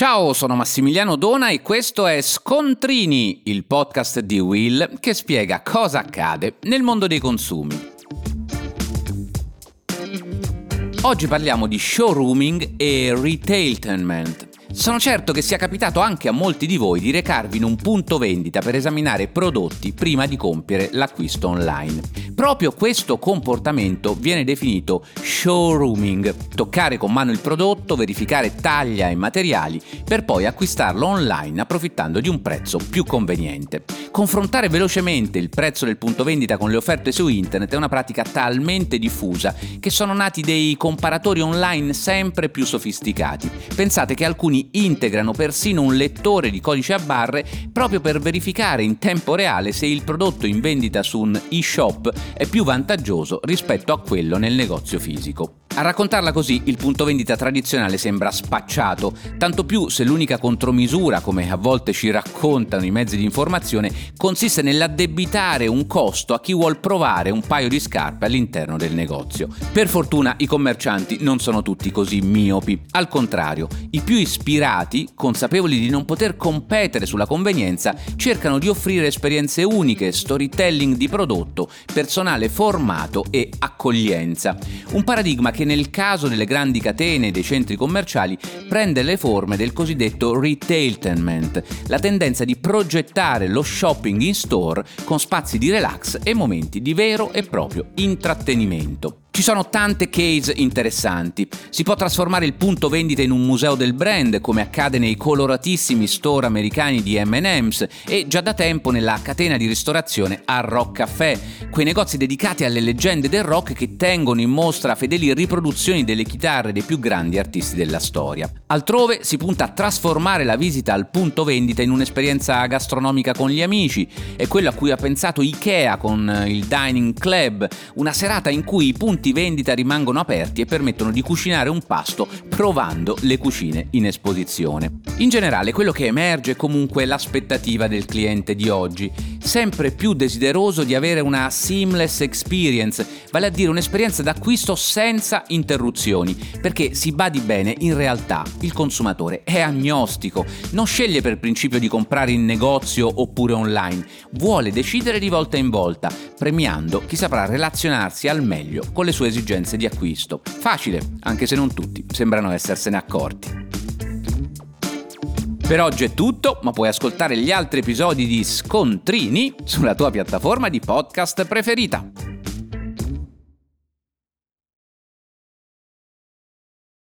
Ciao, sono Massimiliano Dona e questo è Scontrini, il podcast di Will che spiega cosa accade nel mondo dei consumi. Oggi parliamo di showrooming e retailtainment. Sono certo che sia capitato anche a molti di voi di recarvi in un punto vendita per esaminare prodotti prima di compiere l'acquisto online. Proprio questo comportamento viene definito showrooming: toccare con mano il prodotto, verificare taglia e materiali per poi acquistarlo online approfittando di un prezzo più conveniente. Confrontare velocemente il prezzo del punto vendita con le offerte su internet è una pratica talmente diffusa che sono nati dei comparatori online sempre più sofisticati. Pensate che alcuni integrano persino un lettore di codice a barre proprio per verificare in tempo reale se il prodotto in vendita su un e-shop è più vantaggioso rispetto a quello nel negozio fisico. A raccontarla così, il punto vendita tradizionale sembra spacciato, tanto più se l'unica contromisura, come a volte ci raccontano i mezzi di informazione, consiste nell'addebitare un costo a chi vuol provare un paio di scarpe all'interno del negozio. Per fortuna i commercianti non sono tutti così miopi, al contrario, i più ispirati, consapevoli di non poter competere sulla convenienza, cercano di offrire esperienze uniche, storytelling di prodotto, personale formato e accoglienza. Un paradigma che nel caso delle grandi catene e dei centri commerciali prende le forme del cosiddetto retailtainment, la tendenza di progettare lo shopping in store con spazi di relax e momenti di vero e proprio intrattenimento. Ci sono tante case interessanti. Si può trasformare il punto vendita in un museo del brand, come accade nei coloratissimi store americani di M&M's e già da tempo nella catena di ristorazione Hard Rock Café, quei negozi dedicati alle leggende del rock che tengono in mostra fedeli riproduzioni delle chitarre dei più grandi artisti della storia. Altrove si punta a trasformare la visita al punto vendita in un'esperienza gastronomica con gli amici. È quello a cui ha pensato Ikea con il Dining Club, una serata in cui i punti vendita rimangono aperti e permettono di cucinare un pasto provando le cucine in esposizione. In generale, quello che emerge è comunque l'aspettativa del cliente di oggi, sempre più desideroso di avere una seamless experience, vale a dire un'esperienza d'acquisto senza interruzioni, perché si badi bene, in realtà il consumatore è agnostico, non sceglie per principio di comprare in negozio oppure online, vuole decidere di volta in volta, premiando chi saprà relazionarsi al meglio con le sue esigenze di acquisto. Facile, anche se non tutti sembrano essersene accorti. Per oggi è tutto, ma puoi ascoltare gli altri episodi di Scontrini sulla tua piattaforma di podcast preferita.